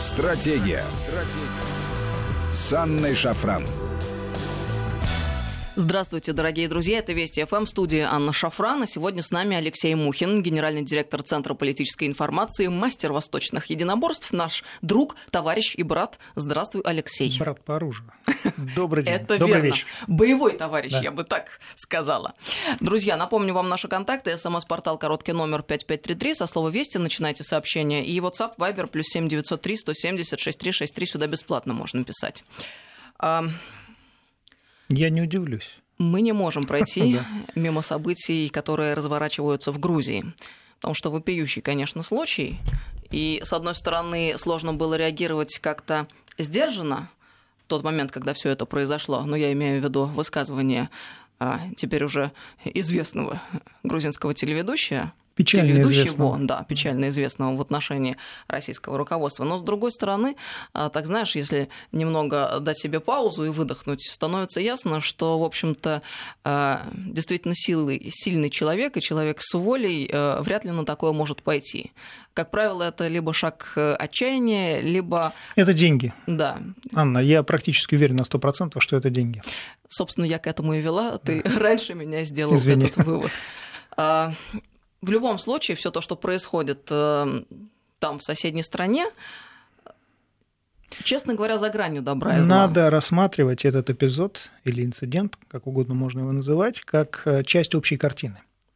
Стратегия. С Анной Шафран. Здравствуйте, дорогие друзья. Это Вести ФМ, студия Анна Шафран. И сегодня с нами Алексей Мухин, генеральный директор Центра политической информации, мастер восточных единоборств, наш друг, товарищ и брат. Здравствуй, Алексей. Брат по оружию. Добрый день. Это Добрый верно. вечер. Боевой товарищ, Да. я бы так сказала. Друзья, напомню вам наши контакты. СМС-портал короткий номер 5533. Со слова «Вести» начинайте сообщение. И WhatsApp, Viber, +7 903 170 6363. Сюда бесплатно можно писать. Я не удивлюсь. Мы не можем пройти мимо событий, которые разворачиваются в Грузии. Потому что вопиющий, конечно, случай. И, с одной стороны, сложно было реагировать как-то сдержанно в тот момент, когда все это произошло. Но я имею в виду высказывание теперь уже известного грузинского телеведущего. Печально известного. Да, печально известного в отношении российского руководства. Но, с другой стороны, так знаешь, если немного дать себе паузу и выдохнуть, становится ясно, что, в общем-то, действительно сильный человек и человек с волей вряд ли на такое может пойти. Как правило, это либо шаг отчаяния, либо... Это деньги. Да. Анна, я практически уверен на 100%, что это деньги. Собственно, я к этому и вела. Ты раньше меня сделал этот вывод. В любом случае, все то, что происходит там, в соседней стране, честно говоря, за гранью добра и зла. Надо рассматривать этот эпизод или инцидент, как угодно можно его называть, как часть общей картины.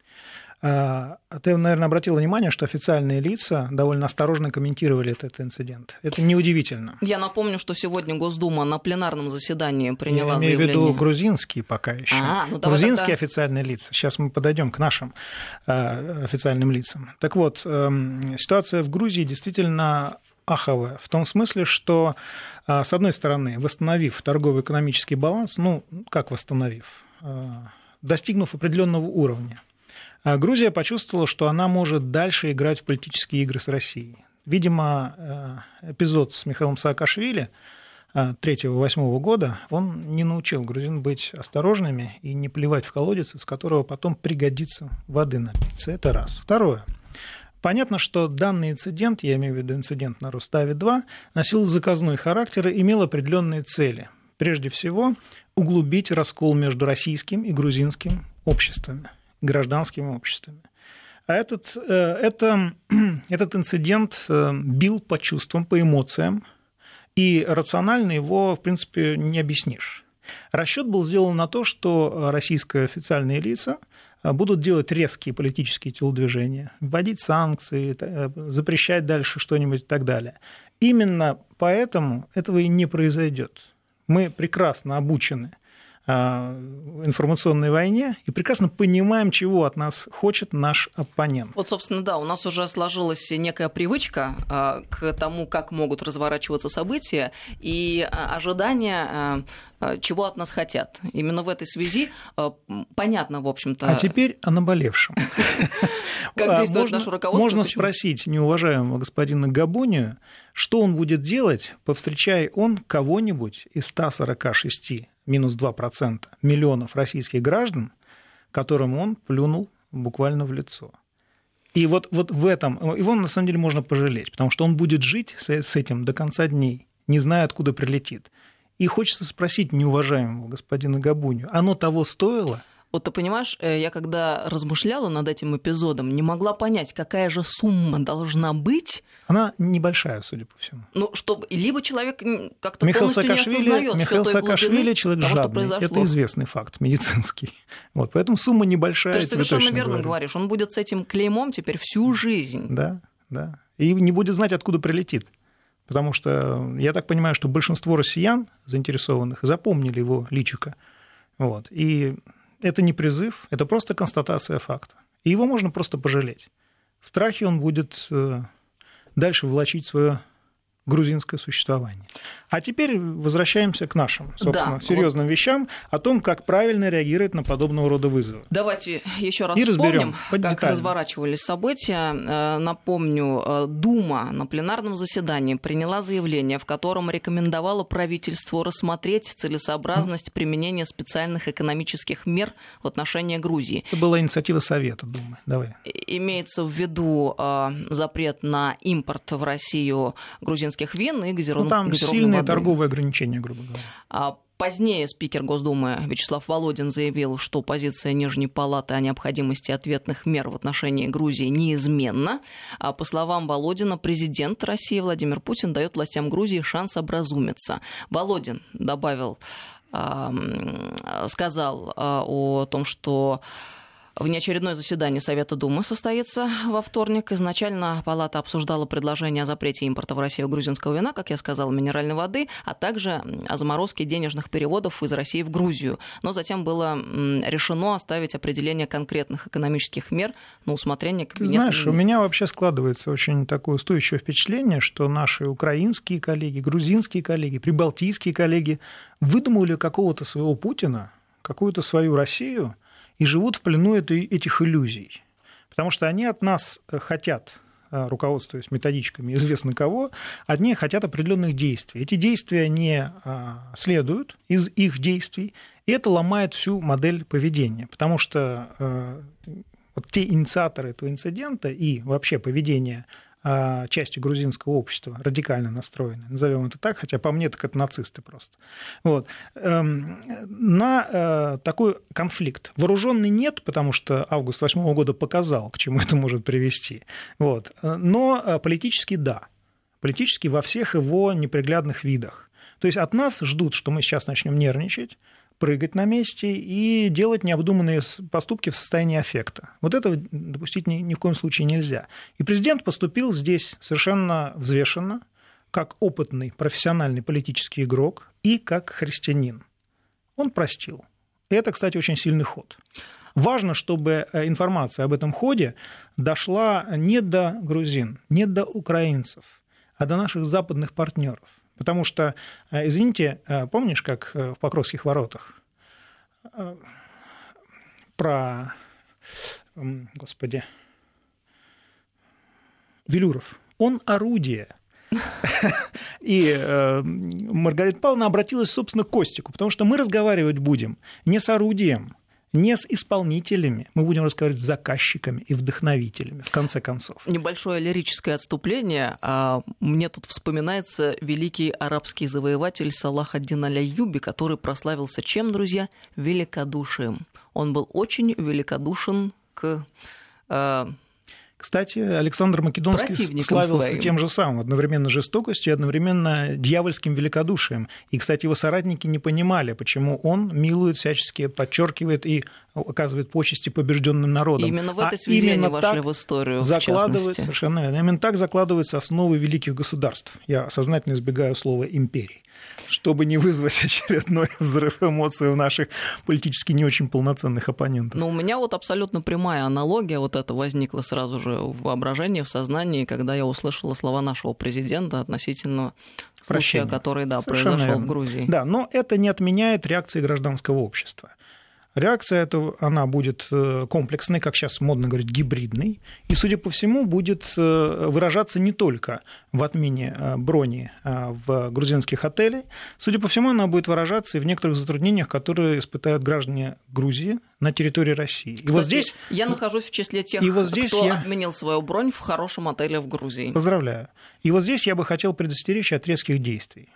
Ты, наверное, обратила внимание, что официальные лица довольно осторожно комментировали этот инцидент. Это неудивительно. Я напомню, что сегодня Госдума на пленарном заседании приняла заявление. Я имею в виду грузинские пока еще. Грузинские официальные лица. Сейчас мы подойдем к нашим официальным лицам. Так вот, ситуация в Грузии действительно аховая. В том смысле, что, с одной стороны, восстановив торгово-экономический баланс, как восстановив? Достигнув определенного уровня, Грузия почувствовала, что она может дальше играть в политические игры с Россией. Видимо, эпизод с Михаилом Саакашвили 3-8 года, он не научил грузин быть осторожными и не плевать в колодец, из которого потом пригодится воды напиться. Это раз. Второе. Понятно, что данный инцидент, я имею в виду инцидент на Руставе-2, носил заказной характер и имел определенные цели. Прежде всего, углубить раскол между российским и грузинским обществами, гражданскими обществами. А этот инцидент бил по чувствам, по эмоциям, и рационально его, в принципе, не объяснишь. Расчет был сделан на то, что российские официальные лица будут делать резкие политические телодвижения, вводить санкции, запрещать дальше что-нибудь и так далее. Именно поэтому этого и не произойдет. Мы прекрасно обучены информационной войне и прекрасно понимаем, чего от нас хочет наш оппонент. Вот, собственно, да, у нас уже сложилась некая привычка к тому, как могут разворачиваться события, и ожидания, чего от нас хотят. Именно в этой связи понятно, в общем-то... А теперь о наболевшем. Как действует наше руководство? Можно спросить неуважаемого господина Габунию, что он будет делать, повстречая он кого-нибудь из 146 минус 2% миллионов российских граждан, которым он плюнул буквально в лицо. И вот в этом его на самом деле можно пожалеть, потому что он будет жить с этим до конца дней, не зная, откуда прилетит. И хочется спросить неуважаемого господина Габунию, оно того стоило? Вот ты понимаешь, я когда размышляла над этим эпизодом, не могла понять, какая же сумма должна быть. Она небольшая, судя по всему. Чтобы либо человек как-то полностью не осознает, Михаил Саакашвили человек того, жадный. Это известный факт медицинский. Вот, поэтому сумма небольшая. Ты же совершенно верно говоришь. Он будет с этим клеймом теперь всю жизнь. Да. И не будет знать, откуда прилетит. Потому что я так понимаю, что большинство россиян, заинтересованных, запомнили его личико. Вот. И это не призыв, это просто констатация факта. И его можно просто пожалеть. В страхе он будет дальше влачить свое грузинское существование. А теперь возвращаемся к нашим, собственно, серьезным вещам, о том, как правильно реагировать на подобного рода вызовы. Давайте еще раз вспомним, как разворачивались события. Напомню, Дума на пленарном заседании приняла заявление, в котором рекомендовала правительству рассмотреть целесообразность применения специальных экономических мер в отношении Грузии. Это была инициатива Совета Думы. Давай. Имеется в виду запрет на импорт в Россию грузинских грузинских вин и газированной воды. Там сильные торговые ограничения, грубо говоря. Позднее спикер Госдумы Вячеслав Володин заявил, что позиция Нижней Палаты о необходимости ответных мер в отношении Грузии неизменна. По словам Володина, президент России Владимир Путин дает властям Грузии шанс образумиться. Володин добавил, сказал о том, что внеочередное заседание Совета Думы состоится во вторник. Изначально Палата обсуждала предложение о запрете импорта в Россию грузинского вина, как я сказала, минеральной воды, а также о заморозке денежных переводов из России в Грузию. Но затем было решено оставить определение конкретных экономических мер на усмотрение кабинета министров. Знаешь, у меня вообще складывается очень такое устойчивое впечатление, что наши украинские коллеги, грузинские коллеги, прибалтийские коллеги выдумали какого-то своего Путина, какую-то свою Россию, и живут в плену этих иллюзий. Потому что они от нас хотят, руководствуясь методичками известно кого, одни хотят определенных действий. Эти действия не следуют из их действий, и это ломает всю модель поведения. Потому что вот те инициаторы этого инцидента и вообще поведение части грузинского общества, радикально настроенные, назовем это так, хотя по мне так это нацисты просто. Вот. На такой конфликт вооруженный нет, потому что август 2008 года показал, к чему это может привести. Вот. Но политически да. Политически во всех его неприглядных видах. То есть от нас ждут, что мы сейчас начнем нервничать, прыгать на месте и делать необдуманные поступки в состоянии аффекта. Вот этого допустить ни в коем случае нельзя. И президент поступил здесь совершенно взвешенно, как опытный профессиональный политический игрок и как христианин. Он простил. И это, кстати, очень сильный ход. Важно, чтобы информация об этом ходе дошла не до грузин, не до украинцев, а до наших западных партнеров. Потому что, извините, помнишь, как в Покровских воротах про, господи, Велюров? Он орудие. И Маргарита Павловна обратилась, собственно, к Костику, потому что мы разговаривать будем не с орудием, не с исполнителями, мы будем разговаривать с заказчиками и вдохновителями, в конце концов. Небольшое лирическое отступление. Мне тут вспоминается великий арабский завоеватель Салах ад-Дин аль-Айюби, который прославился чем, друзья? Великодушием. Он был очень великодушен к... Кстати, Александр Македонский славился своим тем же самым, одновременно жестокостью и одновременно дьявольским великодушием. И, кстати, его соратники не понимали, почему он милует, всячески подчеркивает и оказывает почести побежденным народам. И именно в этой связи они вошли в историю, в частности. Совершенно верно. Именно так закладываются основы великих государств. Я сознательно избегаю слова «империй», чтобы не вызвать очередной взрыв эмоций у наших политически не очень полноценных оппонентов. Но у меня вот абсолютно прямая аналогия вот это возникла сразу же в воображении, в сознании, когда я услышала слова нашего президента относительно случая, который произошел в Грузии. Да, но это не отменяет реакции гражданского общества. Реакция эта, она будет комплексной, как сейчас модно говорить, гибридной, и, судя по всему, будет выражаться не только в отмене брони в грузинских отелях, судя по всему, она будет выражаться и в некоторых затруднениях, которые испытают граждане Грузии на территории России. И кстати, вот здесь я нахожусь в числе тех, кто отменил свою бронь в хорошем отеле в Грузии. Поздравляю. И вот здесь я бы хотел предостеречь от резких действий.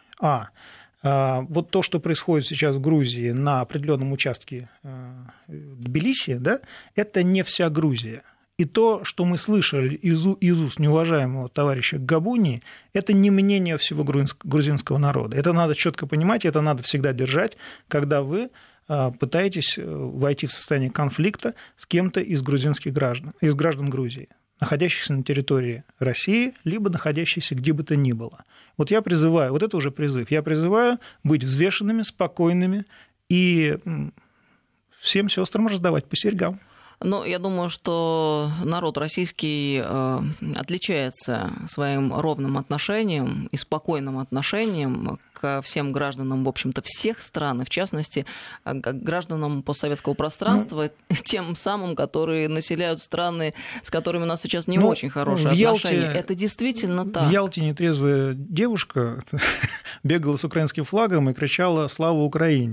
Вот то, что происходит сейчас в Грузии на определенном участке Тбилиси, да, это не вся Грузия. И то, что мы слышали из уст неуважаемого товарища Габуни, это не мнение всего грузинского народа. Это надо четко понимать, это надо всегда держать, когда вы пытаетесь войти в состояние конфликта с кем-то из грузинских граждан, из граждан Грузии, находящихся на территории России, либо находящихся где бы то ни было. Вот я призываю, вот это уже призыв, я призываю быть взвешенными, спокойными и всем сестрам раздавать по серьгам. Ну, я думаю, что народ российский отличается своим ровным отношением и спокойным отношением ко всем гражданам, в общем-то, всех стран, и в частности, к гражданам постсоветского пространства, тем самым, которые населяют страны, с которыми у нас сейчас не очень хорошие отношения. Это действительно так. В Ялте нетрезвая девушка бегала с украинским флагом и кричала «Слава Украине!».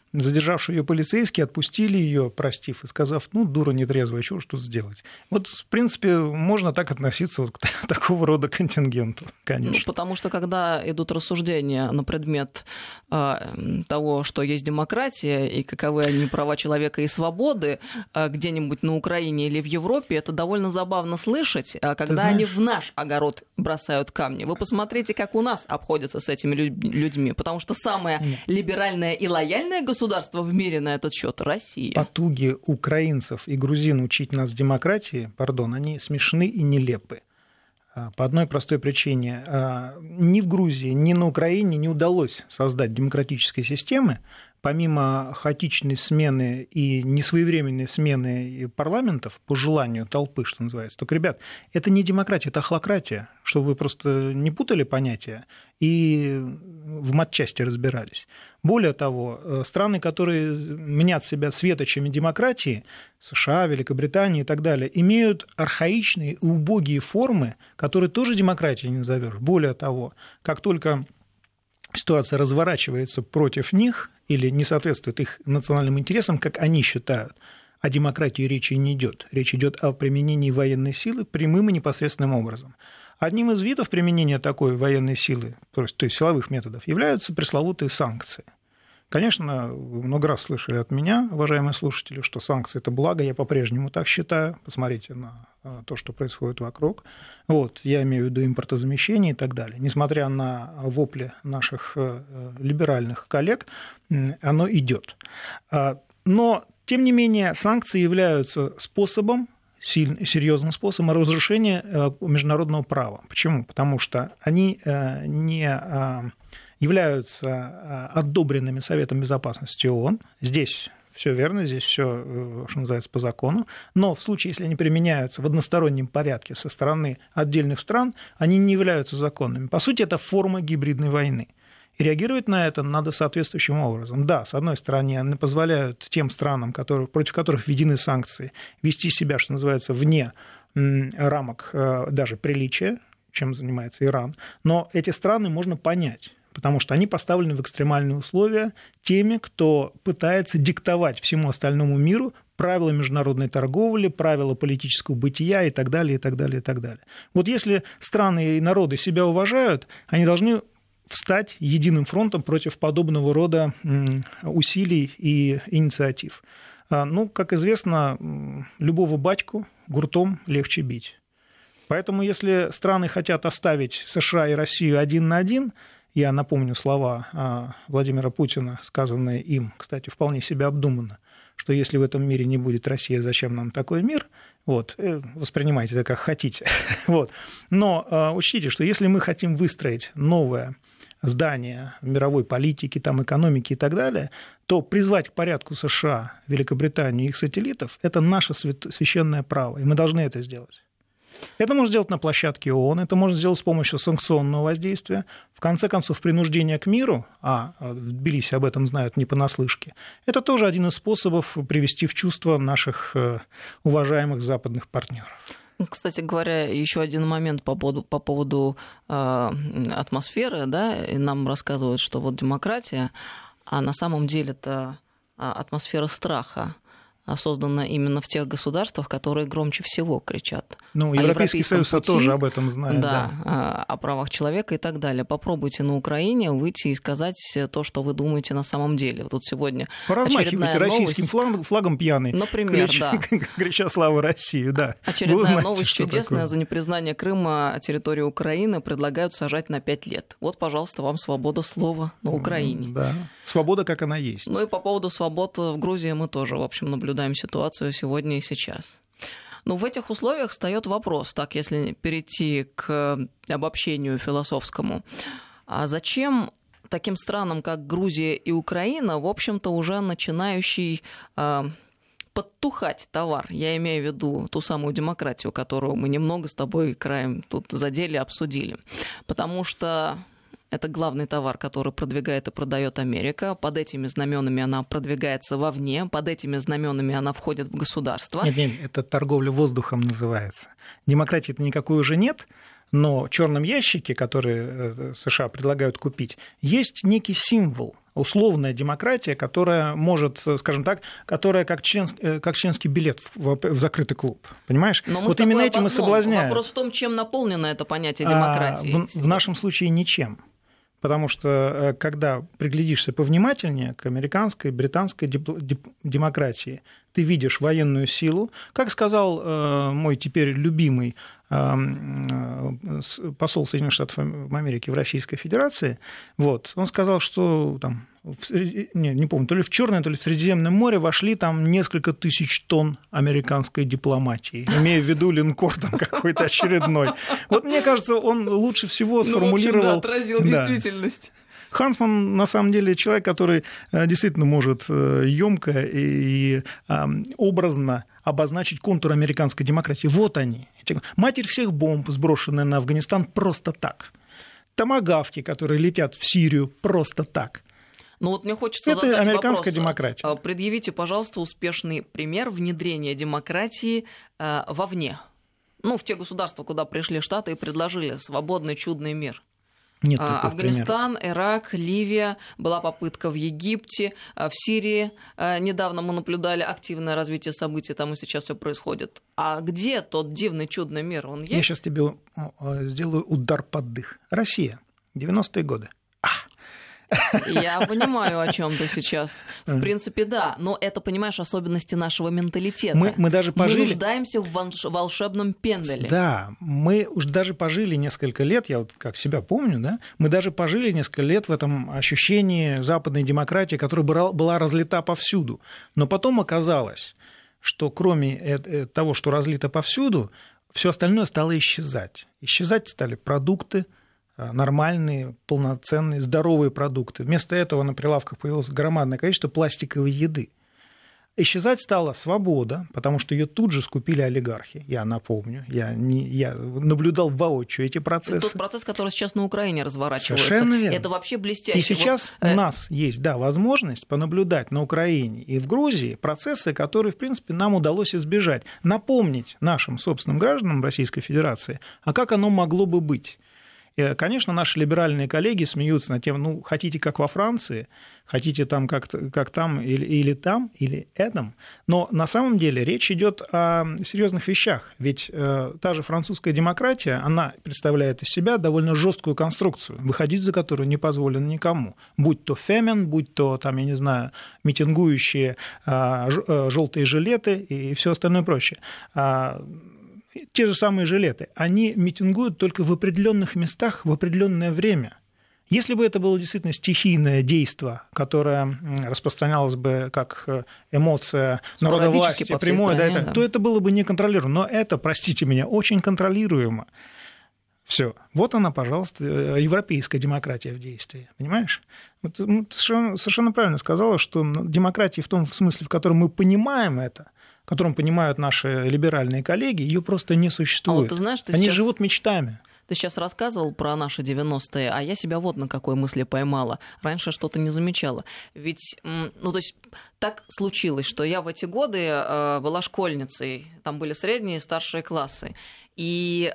задержавшие ее полицейские отпустили ее, простив и сказав, ну, дура нетрезвая, чего ж тут сделать. Вот, в принципе, можно так относиться вот к такого рода контингенту, конечно. Ну, потому что, когда идут рассуждения на предмет того, что есть демократия и каковы они права человека и свободы где-нибудь на Украине или в Европе, это довольно забавно слышать, когда они в наш огород бросают камни. Вы посмотрите, как у нас обходятся с этими людьми, потому что самое либеральное и лояльное государство в мире на этот счет — Россия. Потуги украинцев и грузин учить нас демократии, они смешны и нелепы. По одной простой причине. Ни в Грузии, ни на Украине не удалось создать демократической системы. Помимо хаотичной смены и несвоевременной смены парламентов по желанию толпы, что называется, только, ребят, это не демократия, это охлократия, чтобы вы просто не путали понятия и в матчасти разбирались. Более того, страны, которые мнят себя светочами демократии, США, Великобритания и так далее, имеют архаичные и убогие формы, которые тоже демократией не назовешь. Более того, как только ситуация разворачивается против них или не соответствует их национальным интересам, как они считают, о демократии речи не идет. Речь идет о применении военной силы прямым и непосредственным образом. Одним из видов применения такой военной силы, то есть силовых методов, являются пресловутые санкции. Конечно, вы много раз слышали от меня, уважаемые слушатели, что санкции – это благо, я по-прежнему так считаю. Посмотрите на то, что происходит вокруг. Я имею в виду импортозамещение и так далее. Несмотря на вопли наших либеральных коллег, оно идет. Но, тем не менее, санкции являются серьезным способом разрушения международного права. Почему? Потому что они не являются одобренными Советом Безопасности ООН. Здесь все верно, здесь все, что называется, по закону. Но в случае, если они применяются в одностороннем порядке со стороны отдельных стран, они не являются законными. По сути, это форма гибридной войны. И реагировать на это надо соответствующим образом. Да, с одной стороны, они позволяют тем странам, против которых введены санкции, вести себя, что называется, вне рамок даже приличия, чем занимается Иран. Но эти страны можно понять, потому что они поставлены в экстремальные условия теми, кто пытается диктовать всему остальному миру правила международной торговли, правила политического бытия и так далее, и так далее, и так далее. Вот если страны и народы себя уважают, они должны встать единым фронтом против подобного рода усилий и инициатив. Как известно, любого батьку гуртом легче бить. Поэтому если страны хотят оставить США и Россию один на один, я напомню слова Владимира Путина, сказанные им, кстати, вполне себе обдуманно, что если в этом мире не будет России, зачем нам такой мир? Воспринимайте это как хотите. Но учтите, что если мы хотим выстроить новое здание мировой политики, экономики и так далее, то призвать к порядку США, Великобританию и их сателлитов – это наше священное право, и мы должны это сделать. Это можно сделать на площадке ООН, это можно сделать с помощью санкционного воздействия. В конце концов, принуждение к миру, в Тбилиси об этом знают не понаслышке, это тоже один из способов привести в чувство наших уважаемых западных партнеров. Кстати говоря, еще один момент по поводу атмосферы. И нам рассказывают, что демократия, а на самом деле это атмосфера страха, создана именно в тех государствах, которые громче всего кричат. Европейский Союз тоже об этом знает. О правах человека и так далее. Попробуйте на Украине выйти и сказать то, что вы думаете на самом деле. Тут сегодня поразмахивайте российским флагом пьяный, например, крича «Слава России!». Да. Очередная новость чудесная. За непризнание Крыма территории Украины предлагают сажать на 5 лет. Пожалуйста, вам свобода слова на Украине. Да. Свобода, как она есть. И по поводу свобод в Грузии мы тоже, в общем, наблюдаем ситуацию сегодня и сейчас. Но в этих условиях встает вопрос, если перейти к обобщению философскому, а зачем таким странам, как Грузия и Украина, в общем-то, уже начинающий подтухать товар? Я имею в виду ту самую демократию, которую мы немного с тобой краем тут задели, обсудили. Потому что это главный товар, который продвигает и продает Америка. Под этими знаменами она продвигается вовне, под этими знаменами она входит в государство. Нет, это торговля воздухом называется. Демократии-то никакой уже нет, но в черном ящике, который США предлагают купить, есть некий символ условная демократия, которая может, скажем так, которая как членский билет в закрытый клуб. Понимаешь? Но вот именно этим и соблазняют. Вопрос в том, чем наполнено это понятие демократии. В нашем случае ничем. Потому что, когда приглядишься повнимательнее к американской, британской демократии, ты видишь военную силу. Как сказал мой теперь любимый посол Соединенных Штатов Америки в Российской Федерации, вот, он сказал, что там, не помню, то ли в Черное, то ли в Средиземное море вошли там несколько тысяч тонн американской дипломатии, имея в виду линкор там какой-то очередной. Вот мне кажется, он лучше всего сформулировал... отразил действительность. Хансман, на самом деле, человек, который действительно может ёмко и образно обозначить контур американской демократии. Вот они. Матерь всех бомб, сброшенная на Афганистан, просто так. Томагавки, которые летят в Сирию, просто так. Ну вот мне хочется задать вопрос. Это американская демократия. Предъявите, пожалуйста, успешный пример внедрения демократии вовне. В те государства, куда пришли Штаты и предложили свободный, чудный мир. Нет Афганистан, Ирак, Ливия, была попытка в Египте, в Сирии. Недавно мы наблюдали активное развитие событий, там и сейчас все происходит. А где тот дивный, чудный мир? Он есть? Я сейчас тебе сделаю удар под дых. Россия, 90-е годы. Я понимаю, о чем ты сейчас. В принципе, да. Но это, понимаешь, особенности нашего менталитета. Мы даже пожили... Мы нуждаемся в волшебном пенделе. Да, мы уж даже пожили несколько лет, я вот как себя помню, да, мы даже пожили несколько лет в этом ощущении западной демократии, которая была разлита повсюду. Но потом оказалось, что кроме того, что разлито повсюду, все остальное стало исчезать. Исчезать стали продукты, нормальные, полноценные, здоровые продукты. Вместо этого на прилавках появилось громадное количество пластиковой еды. Исчезать стала свобода, потому что ее тут же скупили олигархи. Я напомню, я наблюдал воочию эти процессы. Это тот процесс, который сейчас на Украине разворачивается. Совершенно верно. Это вообще блестяще. И сейчас у нас есть, возможность понаблюдать на Украине и в Грузии процессы, которые, в принципе, нам удалось избежать. Напомнить нашим собственным гражданам Российской Федерации, а как оно могло бы быть. Конечно, наши либеральные коллеги смеются над тем, хотите как во Франции, хотите там как там или там, или этом, но на самом деле речь идет о серьезных вещах, ведь та же французская демократия, она представляет из себя довольно жесткую конструкцию, выходить за которую не позволено никому, будь то Фемен, будь то, там, я не знаю, митингующие желтые жилеты и все остальное прочее. Те же самые жилеты, они митингуют только в определенных местах в определенное время. Если бы это было действительно стихийное действие, которое распространялось бы как эмоция народовластия прямое, то это было бы неконтролируемо. Но это, простите меня, очень контролируемо. Все. Вот она, пожалуйста, европейская демократия в действии. Понимаешь? Вот, совершенно правильно сказала, что демократия в том смысле, в котором мы понимаем это, в котором понимают наши либеральные коллеги, ее просто не существует. Вот ты знаешь, Они живут мечтами. Ты сейчас рассказывал про наши 90-е, а я себя вот на какой мысли поймала. Раньше что-то не замечала. Ведь, то есть так случилось, что я в эти годы была школьницей. Там были средние и старшие классы. И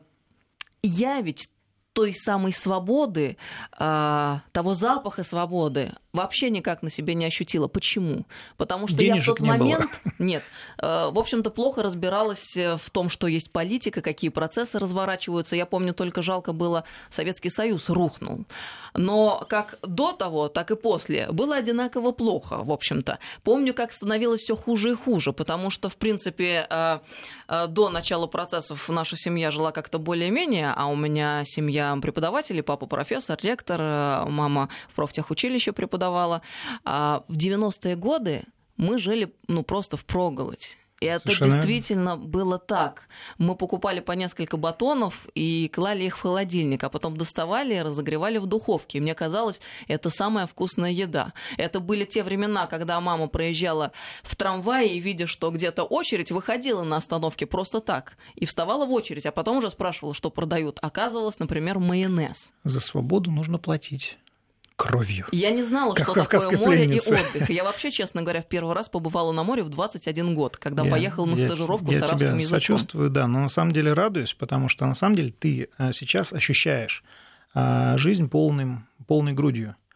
я ведь той самой свободы, того запаха свободы вообще никак на себе не ощутила. Почему? Потому что денежек я в тот не момент... было. Нет. В общем-то, плохо разбиралась в том, что есть политика, какие процессы разворачиваются. Я помню, только жалко было, Советский Союз рухнул. Но как до того, так и после было одинаково плохо, в общем-то. Помню, как становилось все хуже и хуже, потому что, в принципе, до начала процессов наша семья жила как-то более-менее, а у меня семья преподавателей, папа профессор, ректор, мама в профтехучилище преподавала. А в 90-е годы мы жили просто впроголодь. И это совершенно действительно было так. Мы покупали по несколько батонов и клали их в холодильник, а потом доставали и разогревали в духовке. И мне казалось, это самая вкусная еда. Это были те времена, когда мама проезжала в трамвае и, видя, что где-то очередь, выходила на остановке просто так и вставала в очередь, а потом уже спрашивала, что продают. Оказывалось, например, майонез. За свободу нужно платить. Кровью. Я не знала, что такое море и отдых. Я вообще, честно говоря, в первый раз побывала на море в 21 год, когда поехала на стажировку с арабским языком. Я тебе сочувствую, да, но на самом деле радуюсь, потому что на самом деле ты сейчас ощущаешь жизнь полной грудью.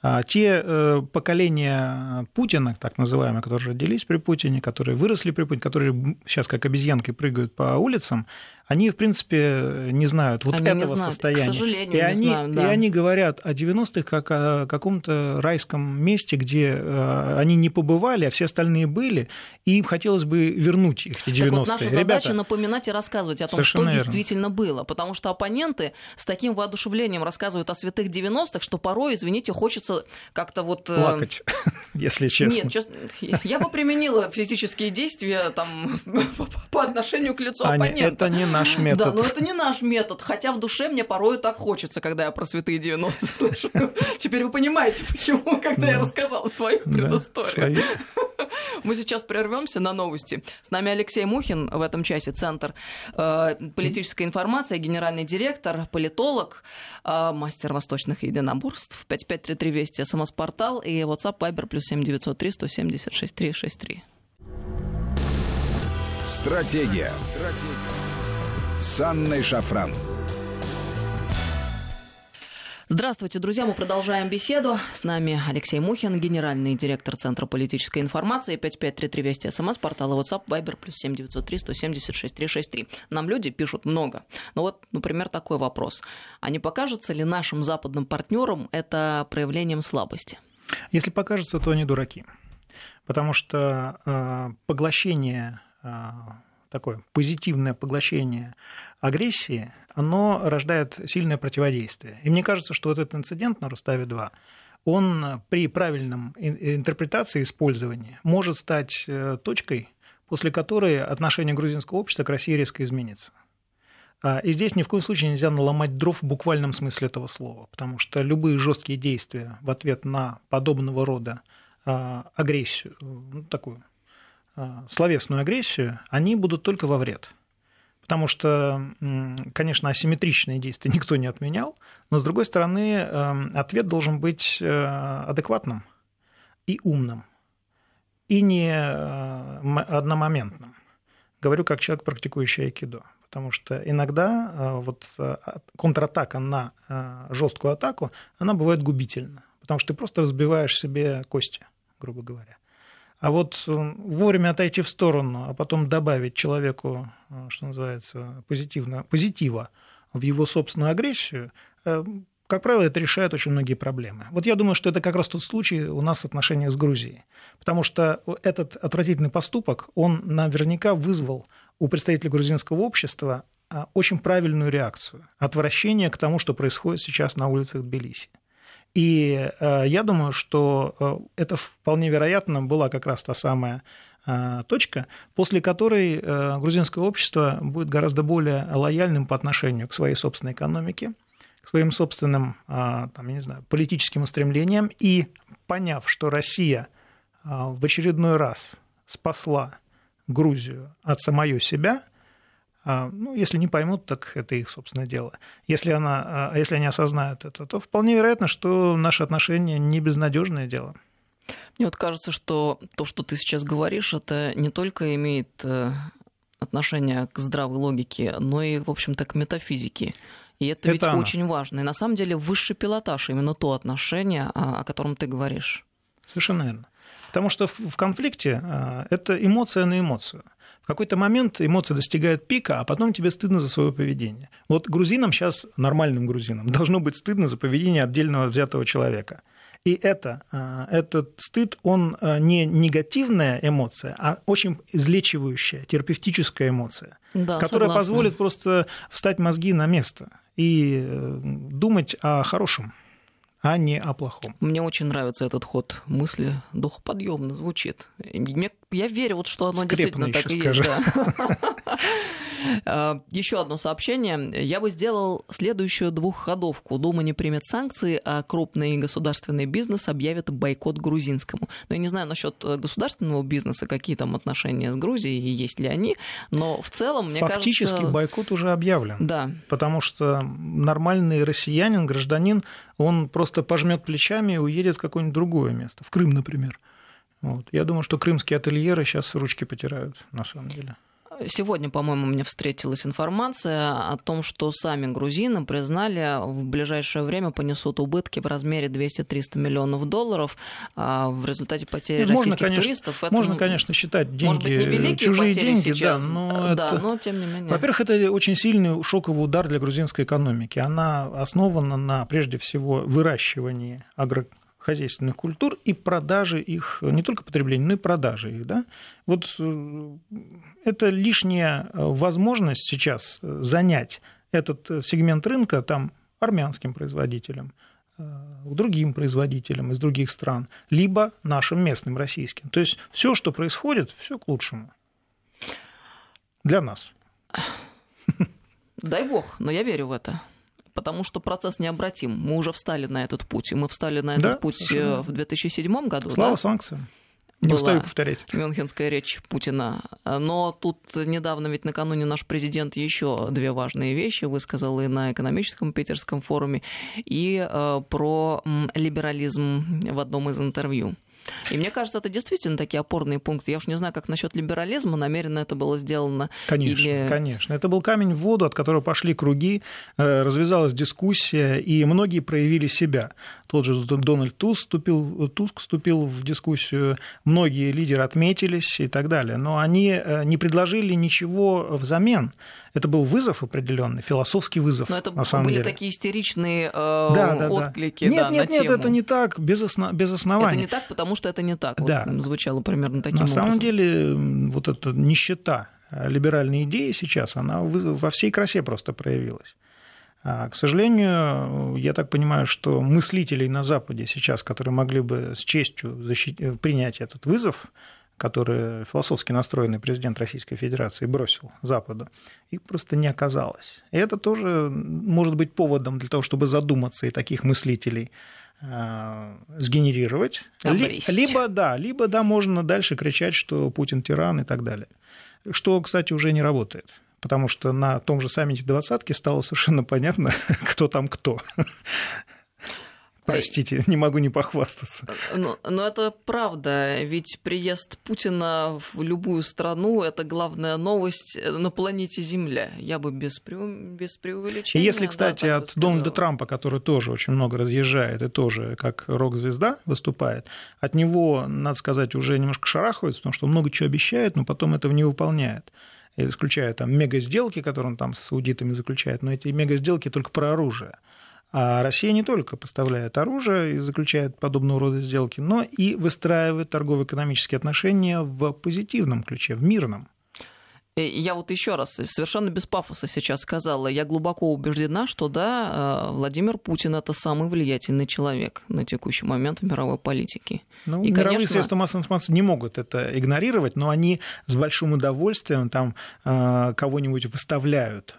Те поколения Путина, так называемые, которые родились при Путине, которые выросли при Путине, которые сейчас как обезьянки прыгают по улицам, они, в принципе, не знают вот этого состояния. К сожалению, не знают, да. И они говорят о 90-х как о каком-то райском месте, где они не побывали, а все остальные были, и им хотелось бы вернуть их, эти 90-е. Так вот, наша задача напоминать и рассказывать о том, что действительно было, потому что оппоненты с таким воодушевлением рассказывают о святых 90-х, что порой, извините, хочется как-то вот... Плакать, если честно. Нет, честно, я бы применила физические действия там, по отношению к лицу оппонента. Это не наш метод. Да, но это не наш метод, хотя в душе мне порой так хочется, когда я про святые 90-е слышу. Теперь вы понимаете, почему, когда я рассказала свою предысторию. Мы сейчас прервемся на новости. С нами Алексей Мухин, в этом часе Центр политической информации, генеральный директор, политолог, мастер восточных единоборств. 5533 Вести, СМС-портал и WhatsApp Viber +7 903 170 6363. Стратегия. С Анной Шафран. Здравствуйте, друзья. Мы продолжаем беседу. С нами Алексей Мухин, генеральный директор Центра политической информации. 5533 Вести, СМС-портал и WhatsApp Viber +7 903 170 6363. Нам люди пишут много. Ну вот, например, такой вопрос. А не покажется ли нашим западным партнерам это проявлением слабости? Если покажется, то они дураки. Потому что поглощение... такое позитивное поглощение агрессии, оно рождает сильное противодействие. И мне кажется, что вот этот инцидент на Руставе-2, он при правильном интерпретации использования может стать точкой, после которой отношение грузинского общества к России резко изменится. И здесь ни в коем случае нельзя наломать дров в буквальном смысле этого слова, потому что любые жесткие действия в ответ на подобного рода агрессию, такую словесную агрессию, они будут только во вред. Потому что, конечно, асимметричные действия никто не отменял, но, с другой стороны, ответ должен быть адекватным и умным, и не одномоментным. Говорю как человек, практикующий айкидо. Потому что иногда вот контратака на жесткую атаку, она бывает губительна. Потому что ты просто разбиваешь себе кости, грубо говоря. А вот вовремя отойти в сторону, а потом добавить человеку, что называется, позитива в его собственную агрессию, как правило, это решает очень многие проблемы. Вот я думаю, что это как раз тот случай у нас в отношениях с Грузией. Потому что этот отвратительный поступок, он наверняка вызвал у представителей грузинского общества очень правильную реакцию. Отвращение к тому, что происходит сейчас на улицах Тбилиси. И я думаю, что это вполне вероятно была как раз та самая точка, после которой грузинское общество будет гораздо более лояльным по отношению к своей собственной экономике, к своим собственным, там, я не знаю, политическим устремлениям, и поняв, что Россия в очередной раз спасла Грузию от самой себя, ну, если не поймут, так это их собственное дело. Если они осознают это, то вполне вероятно, что наши отношения не безнадежное дело. Мне вот кажется, что то, что ты сейчас говоришь, это не только имеет отношение к здравой логике, но и, в общем-то, к метафизике. И это ведь очень важно. И на самом деле высший пилотаж, именно то отношение, о котором ты говоришь. Совершенно верно. Потому что в конфликте это эмоция на эмоцию. В какой-то момент эмоция достигает пика, а потом тебе стыдно за свое поведение. Вот грузинам сейчас, нормальным грузинам, должно быть стыдно за поведение отдельного взятого человека. И этот стыд, он не негативная эмоция, а очень излечивающая, терапевтическая эмоция, да, которая позволит просто встать мозги на место и думать о хорошем, а не о плохом. Мне очень нравится этот ход мысли, духоподъемно звучит. Я верю, вот, что оно скрепно действительно так и есть. Да. Еще одно сообщение. Я бы сделал следующую двухходовку. Дума не примет санкции, а крупный государственный бизнес объявит бойкот грузинскому. Но я не знаю насчет государственного бизнеса, какие там отношения с Грузией и есть ли они, но в целом, мне кажется... Фактически бойкот уже объявлен. Да. Потому что нормальный россиянин, гражданин, он просто пожмет плечами и уедет в какое-нибудь другое место. В Крым, например. Вот. Я думаю, что крымские ательеры сейчас ручки потирают, на самом деле. Сегодня, по-моему, мне встретилась информация о том, что сами грузины признали, в ближайшее время понесут убытки в размере 200-300 миллионов долларов в результате потери российских туристов. Это, можно, конечно, считать деньги, может быть, невеликие чужие потери деньги, сейчас, но тем не менее. Во-первых, это очень сильный шоковый удар для грузинской экономики. Она основана на, прежде всего, выращивании агрохозяйственных культур и продаже их, не только потребления, но и продаже их. Да? Вот это лишняя возможность сейчас занять этот сегмент рынка там, армянским производителям, другим производителям из других стран, либо нашим местным российским. То есть все, что происходит, все к лучшему для нас. Дай бог, но я верю в это. Потому что процесс необратим. Мы уже встали на этот путь. И мы встали на этот путь совершенно в 2007 году. Слава санкциям. Не устаю повторять. Мюнхенская речь Путина. Но тут недавно, ведь накануне наш президент еще две важные вещи высказал и на экономическом питерском форуме, и про либерализм в одном из интервью. И мне кажется, это действительно такие опорные пункты. Я уж не знаю, как насчет либерализма, намеренно это было сделано. Конечно, конечно. Это был камень в воду, от которого пошли круги, развязалась дискуссия, и многие проявили себя. Тот же Дональд Туск вступил в дискуссию, многие лидеры отметились и так далее. Но они не предложили ничего взамен. Это был вызов определенный, философский вызов. Но это на самом были деле такие истеричные отклики. Нет, на тему. это не так, без оснований. Это не так, потому что это не так. Да. Вот, звучало примерно таким образом. На самом деле, вот эта нищета либеральной идеи сейчас, она во всей красе просто проявилась. К сожалению, я так понимаю, что мыслителей на Западе сейчас, которые могли бы с честью принять этот вызов, который философски настроенный президент Российской Федерации бросил Западу, их просто не оказалось. И это тоже может быть поводом для того, чтобы задуматься и таких мыслителей сгенерировать. Либо можно дальше кричать, что Путин тиран и так далее. Что, кстати, уже не работает. Потому что на том же саммите двадцатки стало совершенно понятно, кто там кто. Простите, не могу не похвастаться. Но это правда, ведь приезд Путина в любую страну – это главная новость на планете Земля. Я бы без преувеличения. И если, кстати, от Дональда Трампа, который тоже очень много разъезжает и тоже как рок-звезда выступает, от него, надо сказать, уже немножко шарахаются, потому что он много чего обещает, но потом этого не выполняет. Исключая там мега-сделки, которые он там с саудитами заключает, но эти мега-сделки только про оружие. А Россия не только поставляет оружие и заключает подобного рода сделки, но и выстраивает торгово-экономические отношения в позитивном ключе, в мирном. Я вот еще раз совершенно без пафоса сейчас сказала, я глубоко убеждена, что да, Владимир Путин – это самый влиятельный человек на текущий момент в мировой политике. Ну, и, мировые средства массовой информации не могут это игнорировать, но они с большим удовольствием там кого-нибудь выставляют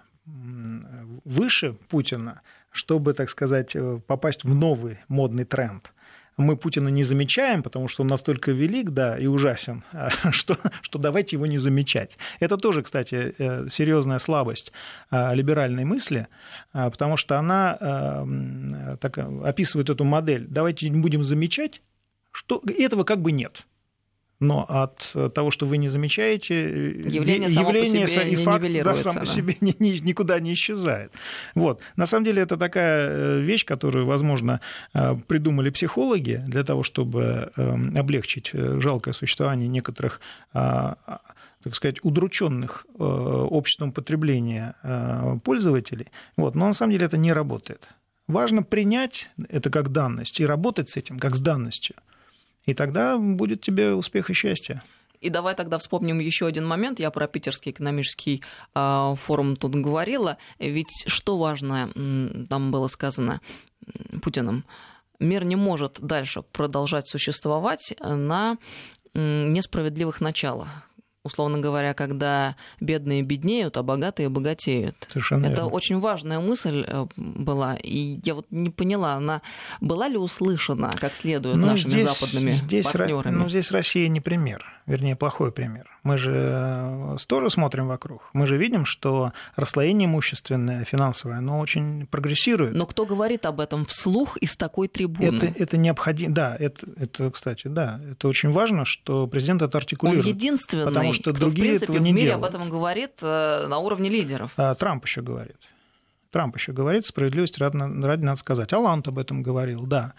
выше Путина, чтобы, так сказать, попасть в новый модный тренд. Мы Путина не замечаем, потому что он настолько велик, да, и ужасен, что давайте его не замечать. Это тоже, кстати, серьезная слабость либеральной мысли, потому что она так описывает эту модель. Давайте не будем замечать, что этого как бы нет. Но от того, что вы не замечаете, явление и факт сам по себе никуда не исчезает. Вот. На самом деле это такая вещь, которую, возможно, придумали психологи для того, чтобы облегчить жалкое существование некоторых, так сказать, удрученных обществом потребления пользователей. Вот. Но на самом деле это не работает. Важно принять это как данность и работать с этим как с данностью. И тогда будет тебе успех и счастье. И давай тогда вспомним еще один момент. Я про Питерский экономический форум тут говорила. Ведь что важно, там было сказано Путиным, мир не может дальше продолжать существовать на несправедливых началах. Условно говоря, когда бедные беднеют, а богатые богатеют. Совершенно Это верно. очень важная мысль была. И я вот не поняла, она была ли услышана как следует нашими западными партнерами? Здесь Россия не пример. вернее, плохой пример. Мы же тоже смотрим вокруг. Мы же видим, что расслоение имущественное, финансовое, оно очень прогрессирует. Но кто говорит об этом вслух из такой трибуны? Это необходимо. Да, это, кстати, да, это очень важно, что президент это артикулирует. Он единственный, потому что кто, другие в принципе, этого не в мире делают. об этом говорит на уровне лидеров. Трамп еще говорит. Справедливости ради надо сказать. Оланд об этом говорил, да.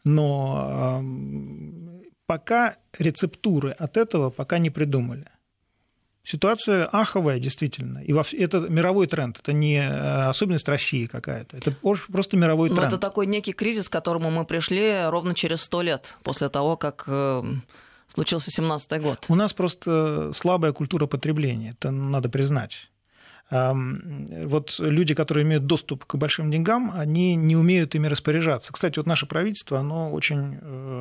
Но пока рецептуры от этого пока не придумали. Ситуация аховая, действительно. И это мировой тренд. Это не особенность России какая-то. Это просто мировой тренд. Но это такой некий кризис, к которому мы пришли ровно через 100 лет после того, как случился 17-й год. У нас просто слабая культура потребления. Это надо признать. Вот люди, которые имеют доступ к большим деньгам, они не умеют ими распоряжаться. Кстати, вот наше правительство, оно очень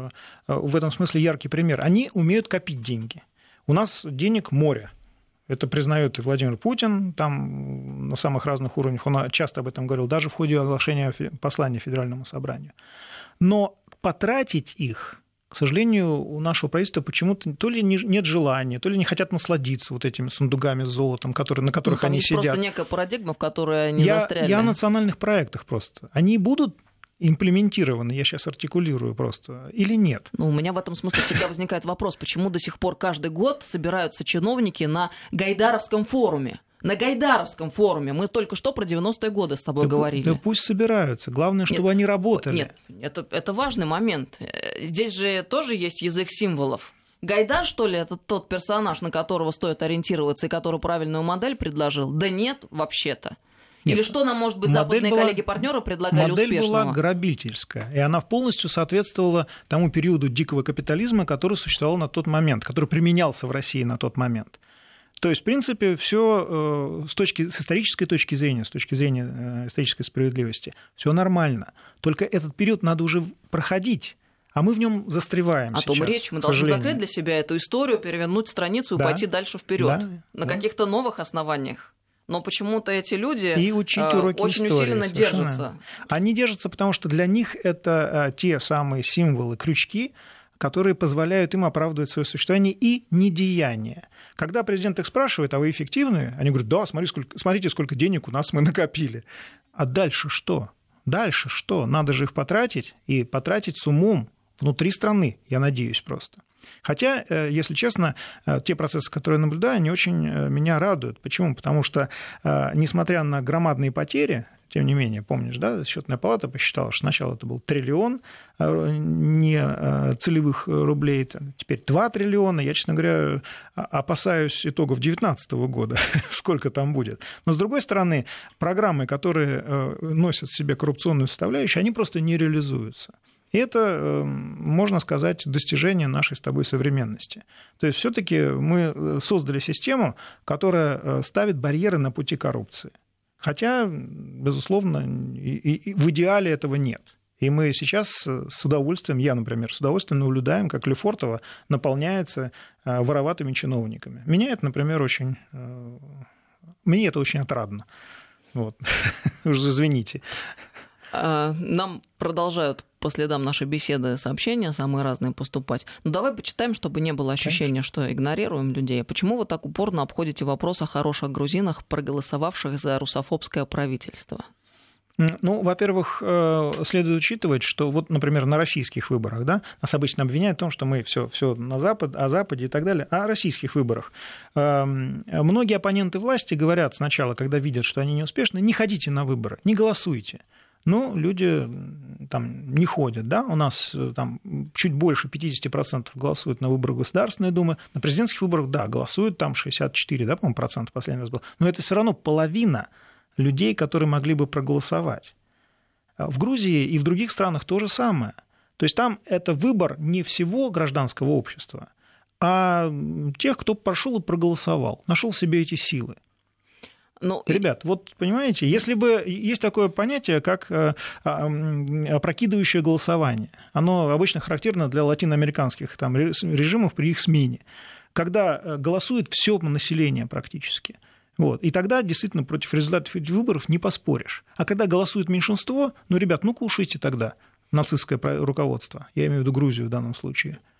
в этом смысле яркий пример. Они умеют копить деньги. У нас денег море. Это признает и Владимир Путин, там на самых разных уровнях, он часто об этом говорил, даже в ходе оглашения послания Федеральному собранию. Но потратить их, к сожалению, у нашего правительства почему-то то ли нет желания, то ли не хотят насладиться вот этими сундуками с золотом, на которых они сидят. Просто некая парадигма, в которой они застряли. Я о национальных проектах просто. Они будут имплементированы, я сейчас артикулирую просто, или нет? У меня в этом смысле всегда возникает вопрос, почему до сих пор каждый год собираются чиновники на Гайдаровском форуме? На Гайдаровском форуме. Мы только что про 90-е годы с тобой говорили. Да пусть собираются. Главное, чтобы они работали. Нет, это важный момент. Здесь же тоже есть язык символов. Гайдар, что ли, это тот персонаж, на которого стоит ориентироваться и который правильную модель предложил? Да нет, вообще-то. Нет. Или что нам, может быть, западные коллеги-партнеры предлагали модель успешного? Модель была грабительская, и она полностью соответствовала тому периоду дикого капитализма, который существовал на тот момент, который применялся в России на тот момент. То есть, в принципе, все с исторической точки зрения, с точки зрения исторической справедливости, все нормально. Только этот период надо уже проходить. А мы в нем застреваем сейчас. О том речь. Мы должны закрыть для себя эту историю, перевернуть страницу и пойти дальше вперед на каких-то новых основаниях. Но почему-то эти люди очень усиленно держатся. Они держатся, потому что для них это те самые символы, крючки, которые позволяют им оправдывать свое существование и недеяние. Когда президент их спрашивает, а вы эффективны? Они говорят, да, смотрите, сколько денег у нас мы накопили. А дальше что? Дальше что? Надо же их потратить, и потратить с умом внутри страны, я надеюсь просто. Хотя, если честно, те процессы, которые я наблюдаю, они очень меня радуют. Почему? Потому что, несмотря на громадные потери, тем не менее, помнишь, да, Счетная палата посчитала, что сначала это был 1 триллион не целевых рублей, теперь 2 триллиона. Я, честно говоря, опасаюсь итогов 2019 года, сколько там будет. Но, с другой стороны, программы, носят в себе коррупционную составляющую, они просто не реализуются. И это, можно сказать, достижение нашей с тобой современности. То есть все-таки мы создали систему, которая ставит барьеры на пути коррупции. Хотя, безусловно, в идеале этого нет. И мы сейчас с удовольствием, я, например, с удовольствием наблюдаем, как Лефортово наполняется вороватыми чиновниками. Мне это, например, очень отрадно. Вот. Уж извините. Нам продолжают по следам нашей беседы сообщения самые разные поступать. Но давай почитаем, чтобы не было ощущения, что игнорируем людей. Почему вы так упорно обходите вопрос о хороших грузинах, проголосовавших за русофобское правительство? Ну, во-первых, следует учитывать, что вот, например, на российских выборах, да, нас обычно обвиняют в том, что мы все на Запад, о Западе и так далее, а о российских выборах. Многие оппоненты власти говорят сначала, когда видят, что они неуспешны, не ходите на выборы, не голосуйте. Ну, люди там не ходят, да, у нас там чуть больше 50% голосуют на выборах Государственной Думы, на президентских выборах, да, голосуют там 64, да, по-моему, процента последний раз было, но это все равно половина людей, которые могли бы проголосовать. В Грузии и в других странах то же самое. То есть там это выбор не всего гражданского общества, а тех, кто пошел и проголосовал, нашел в себе эти силы. Ребят, вот понимаете, если бы есть такое понятие, как опрокидывающее голосование, оно обычно характерно для латиноамериканских там режимов при их смене, когда голосует все население практически. Вот. И тогда действительно против результатов этих выборов не поспоришь. А когда голосует меньшинство, ребят, кушайте тогда нацистское руководство. Я имею в виду Грузию в данном случае.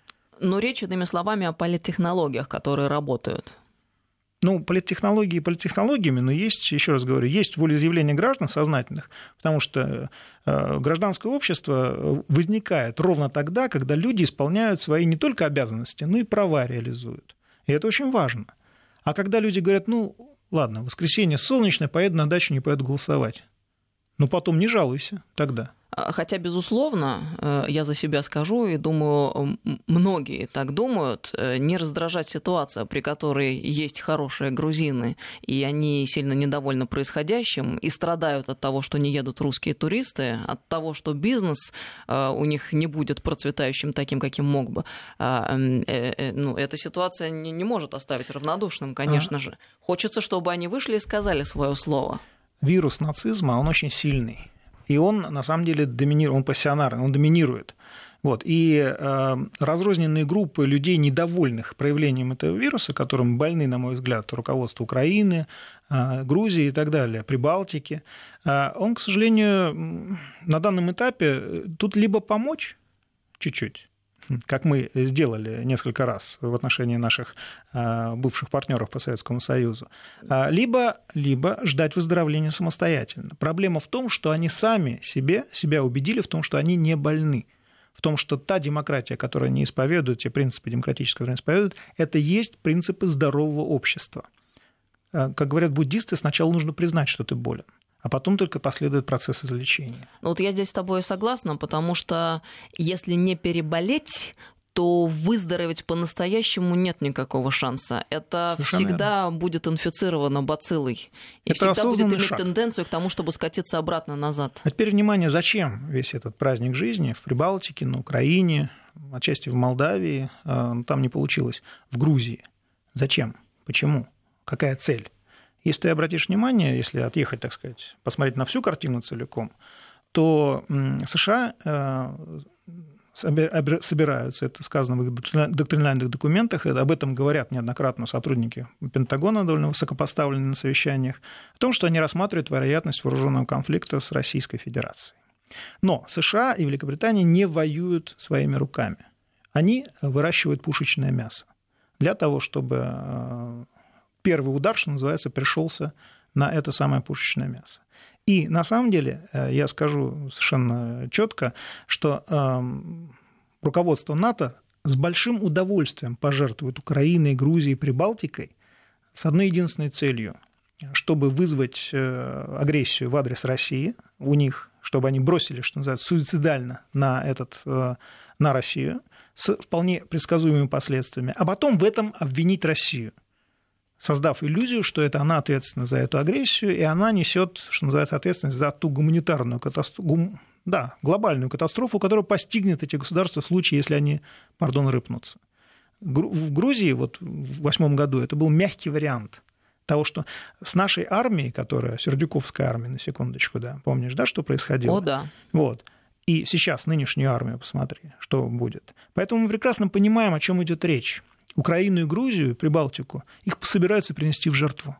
Но речь, иными словами, о политтехнологиях, которые работают. Политтехнологии политтехнологиями, но есть, еще раз говорю, есть волеизъявление граждан сознательных, потому что гражданское общество возникает ровно тогда, когда люди исполняют свои не только обязанности, но и права реализуют. И это очень важно. А когда люди говорят, ладно, в воскресенье солнечное, поеду на дачу, не поеду голосовать. Потом не жалуйся тогда. Хотя, безусловно, я за себя скажу, и думаю, многие так думают, не раздражать ситуацию, при которой есть хорошие грузины, и они сильно недовольны происходящим, и страдают от того, что не едут русские туристы, от того, что бизнес у них не будет процветающим таким, каким мог бы. Эта ситуация не может оставить равнодушным, конечно же. Хочется, чтобы они вышли и сказали свое слово. Вирус нацизма, он очень сильный. И он, на самом деле, доминирует, он пассионарный, он доминирует. И разрозненные группы людей, недовольных проявлением этого вируса, которым больны, на мой взгляд, руководство Украины, Грузии и так далее, Прибалтики, он, к сожалению, на данном этапе тут либо помочь чуть-чуть, как мы сделали несколько раз в отношении наших бывших партнеров по Советскому Союзу, либо ждать выздоровления самостоятельно. Проблема в том, что они сами себя убедили в том, что они не больны, в том, что та демократия, которую они исповедуют, те принципы демократические, которые они исповедуют, это есть принципы здорового общества. Как говорят буддисты, сначала нужно признать, что ты болен, а потом только последует процесс излечения. Я здесь с тобой согласна, потому что если не переболеть, то выздороветь по-настоящему нет никакого шанса. Это совершенно всегда верно. Будет инфицировано бациллой. И это всегда будет иметь тенденцию к тому, чтобы скатиться обратно назад. А теперь внимание, зачем весь этот праздник жизни в Прибалтике, на Украине, отчасти в Молдавии, там не получилось, в Грузии? Зачем? Почему? Какая цель? Если ты обратишь внимание, если отъехать, так сказать, посмотреть на всю картину целиком, то США собираются, это сказано в их доктринальных документах, об этом говорят неоднократно сотрудники Пентагона, довольно высокопоставленные на совещаниях, о том, что они рассматривают вероятность вооруженного конфликта с Российской Федерацией. Но США и Великобритания не воюют своими руками. Они выращивают пушечное мясо для того, чтобы первый удар, что называется, пришелся на это самое пушечное мясо. И на самом деле, я скажу совершенно четко, что руководство НАТО с большим удовольствием пожертвует Украиной, Грузией, Прибалтикой с одной единственной целью, чтобы вызвать агрессию в адрес России у них, чтобы они бросили, что называется, суицидально на Россию с вполне предсказуемыми последствиями, а потом в этом обвинить Россию, создав иллюзию, что это она ответственна за эту агрессию, и она несет, что называется, ответственность за ту гуманитарную катастрофу, глобальную катастрофу, которая постигнет эти государства в случае, если они, рыпнутся. В Грузии в 2008 году это был мягкий вариант того, что с нашей армией, которая, Сердюковская армия, на секундочку, помнишь, что происходило? О, да. И сейчас нынешнюю армию посмотри, что будет. Поэтому мы прекрасно понимаем, о чем идет речь. Украину и Грузию, Прибалтику, их собираются принести в жертву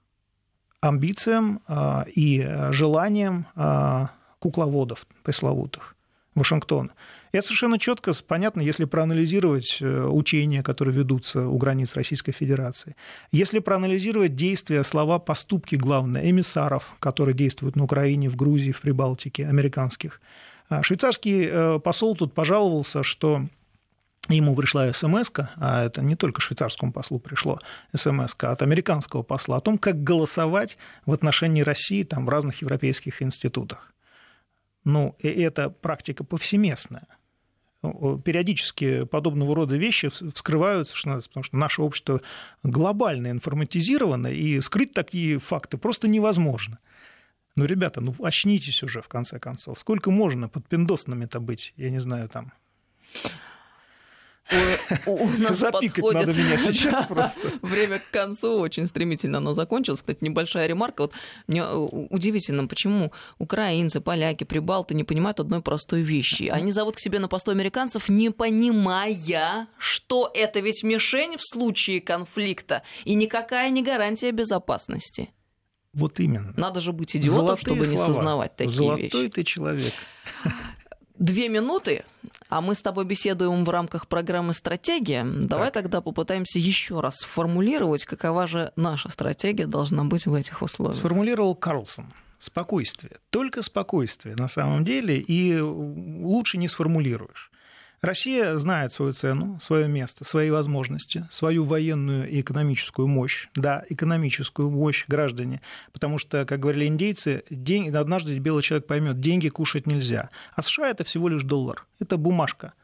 амбициям и желаниям кукловодов пресловутых Вашингтона. И это совершенно четко понятно, если проанализировать учения, которые ведутся у границ Российской Федерации, если проанализировать действия, слова, поступки, главное, эмиссаров, которые действуют на Украине, в Грузии, в Прибалтике, американских. Швейцарский посол тут пожаловался, что ему пришла смс-ка, а это не только швейцарскому послу пришло смс-ка, от американского посла о том, как голосовать в отношении России в разных европейских институтах. И это практика повсеместная. Периодически подобного рода вещи вскрываются, потому что наше общество глобально информатизировано, и скрыть такие факты просто невозможно. Ребята, очнитесь уже, в конце концов. Сколько можно подпиндосными-то быть? Я не знаю, У нас запикать подходит... надо меня сейчас просто. Время к концу, очень стремительно оно закончилось. Кстати, небольшая ремарка. Мне удивительно, почему украинцы, поляки, прибалты не понимают одной простой вещи. Они зовут к себе на посту американцев, не понимая, что это ведь мишень в случае конфликта, и никакая не гарантия безопасности. Вот именно. Надо же быть идиотом, чтобы не сознавать такие вещи. Золотой ты человек. 2 минуты. А мы с тобой беседуем в рамках программы «Стратегия». Давай тогда попытаемся еще раз сформулировать, какова же наша стратегия должна быть в этих условиях. Сформулировал Карлсон. Спокойствие. Только спокойствие на самом деле, и лучше не сформулируешь. Россия знает свою цену, свое место, свои возможности, свою военную и экономическую мощь. Да, экономическую мощь, граждане. Потому что, как говорили индейцы, однажды белый человек поймет, деньги кушать нельзя. А США это всего лишь доллар. Это бумажка.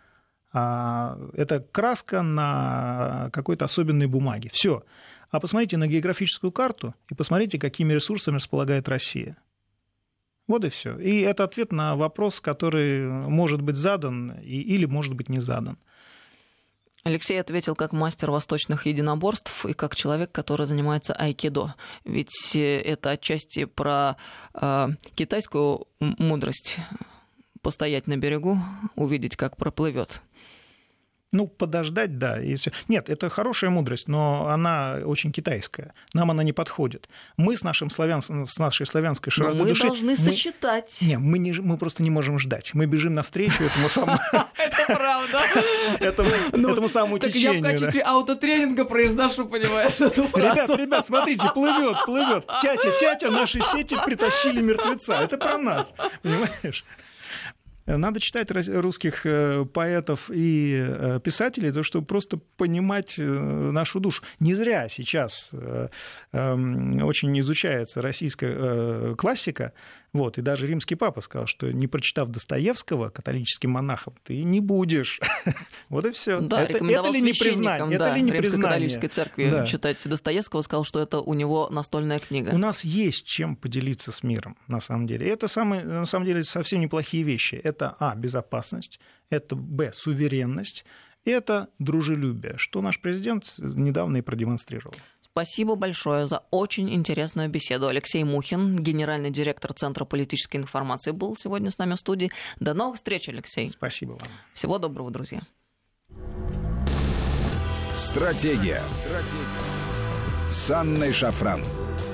Это краска на какой-то особенной бумаге. Все. А посмотрите на географическую карту и посмотрите, какими ресурсами располагает Россия. Вот и все. И это ответ на вопрос, который может быть задан или может быть не задан. Алексей ответил как мастер восточных единоборств и как человек, который занимается айкидо. Ведь это отчасти про китайскую мудрость. Постоять на берегу, увидеть, как проплывет. Ну, подождать, да. И всё. Нет, это хорошая мудрость, но она очень китайская. Нам она не подходит. Мы с нашей славянской широтой души... Но мы должны сочетать. Нет, мы просто не можем ждать. Мы бежим навстречу этому самому... Это правда. Этому самому течению. Так я в качестве аутотренинга произношу, понимаешь, эту фразу. Ребят, смотрите, плывет. Тятя, наши сети притащили мертвеца. Это про нас, понимаешь? Надо читать русских поэтов и писателей, чтобы просто понимать нашу душу. Не зря сейчас очень изучается российская классика, и даже римский папа сказал, что не прочитав Достоевского, католическим монахом, ты не будешь. Вот и все. Да, это ли не признание? Это ли не признание? Римско-католической церкви читать Достоевского, сказал, что это у него настольная книга. У нас есть чем поделиться с миром, на самом деле. Это на самом деле совсем неплохие вещи. Это безопасность, это суверенность, это дружелюбие, что наш президент недавно и продемонстрировал. Спасибо большое за очень интересную беседу. Алексей Мухин, генеральный директор Центра политической информации, был сегодня с нами в студии. До новых встреч, Алексей. Спасибо вам. Всего доброго, друзья. Стратегия. С Анной Шафран.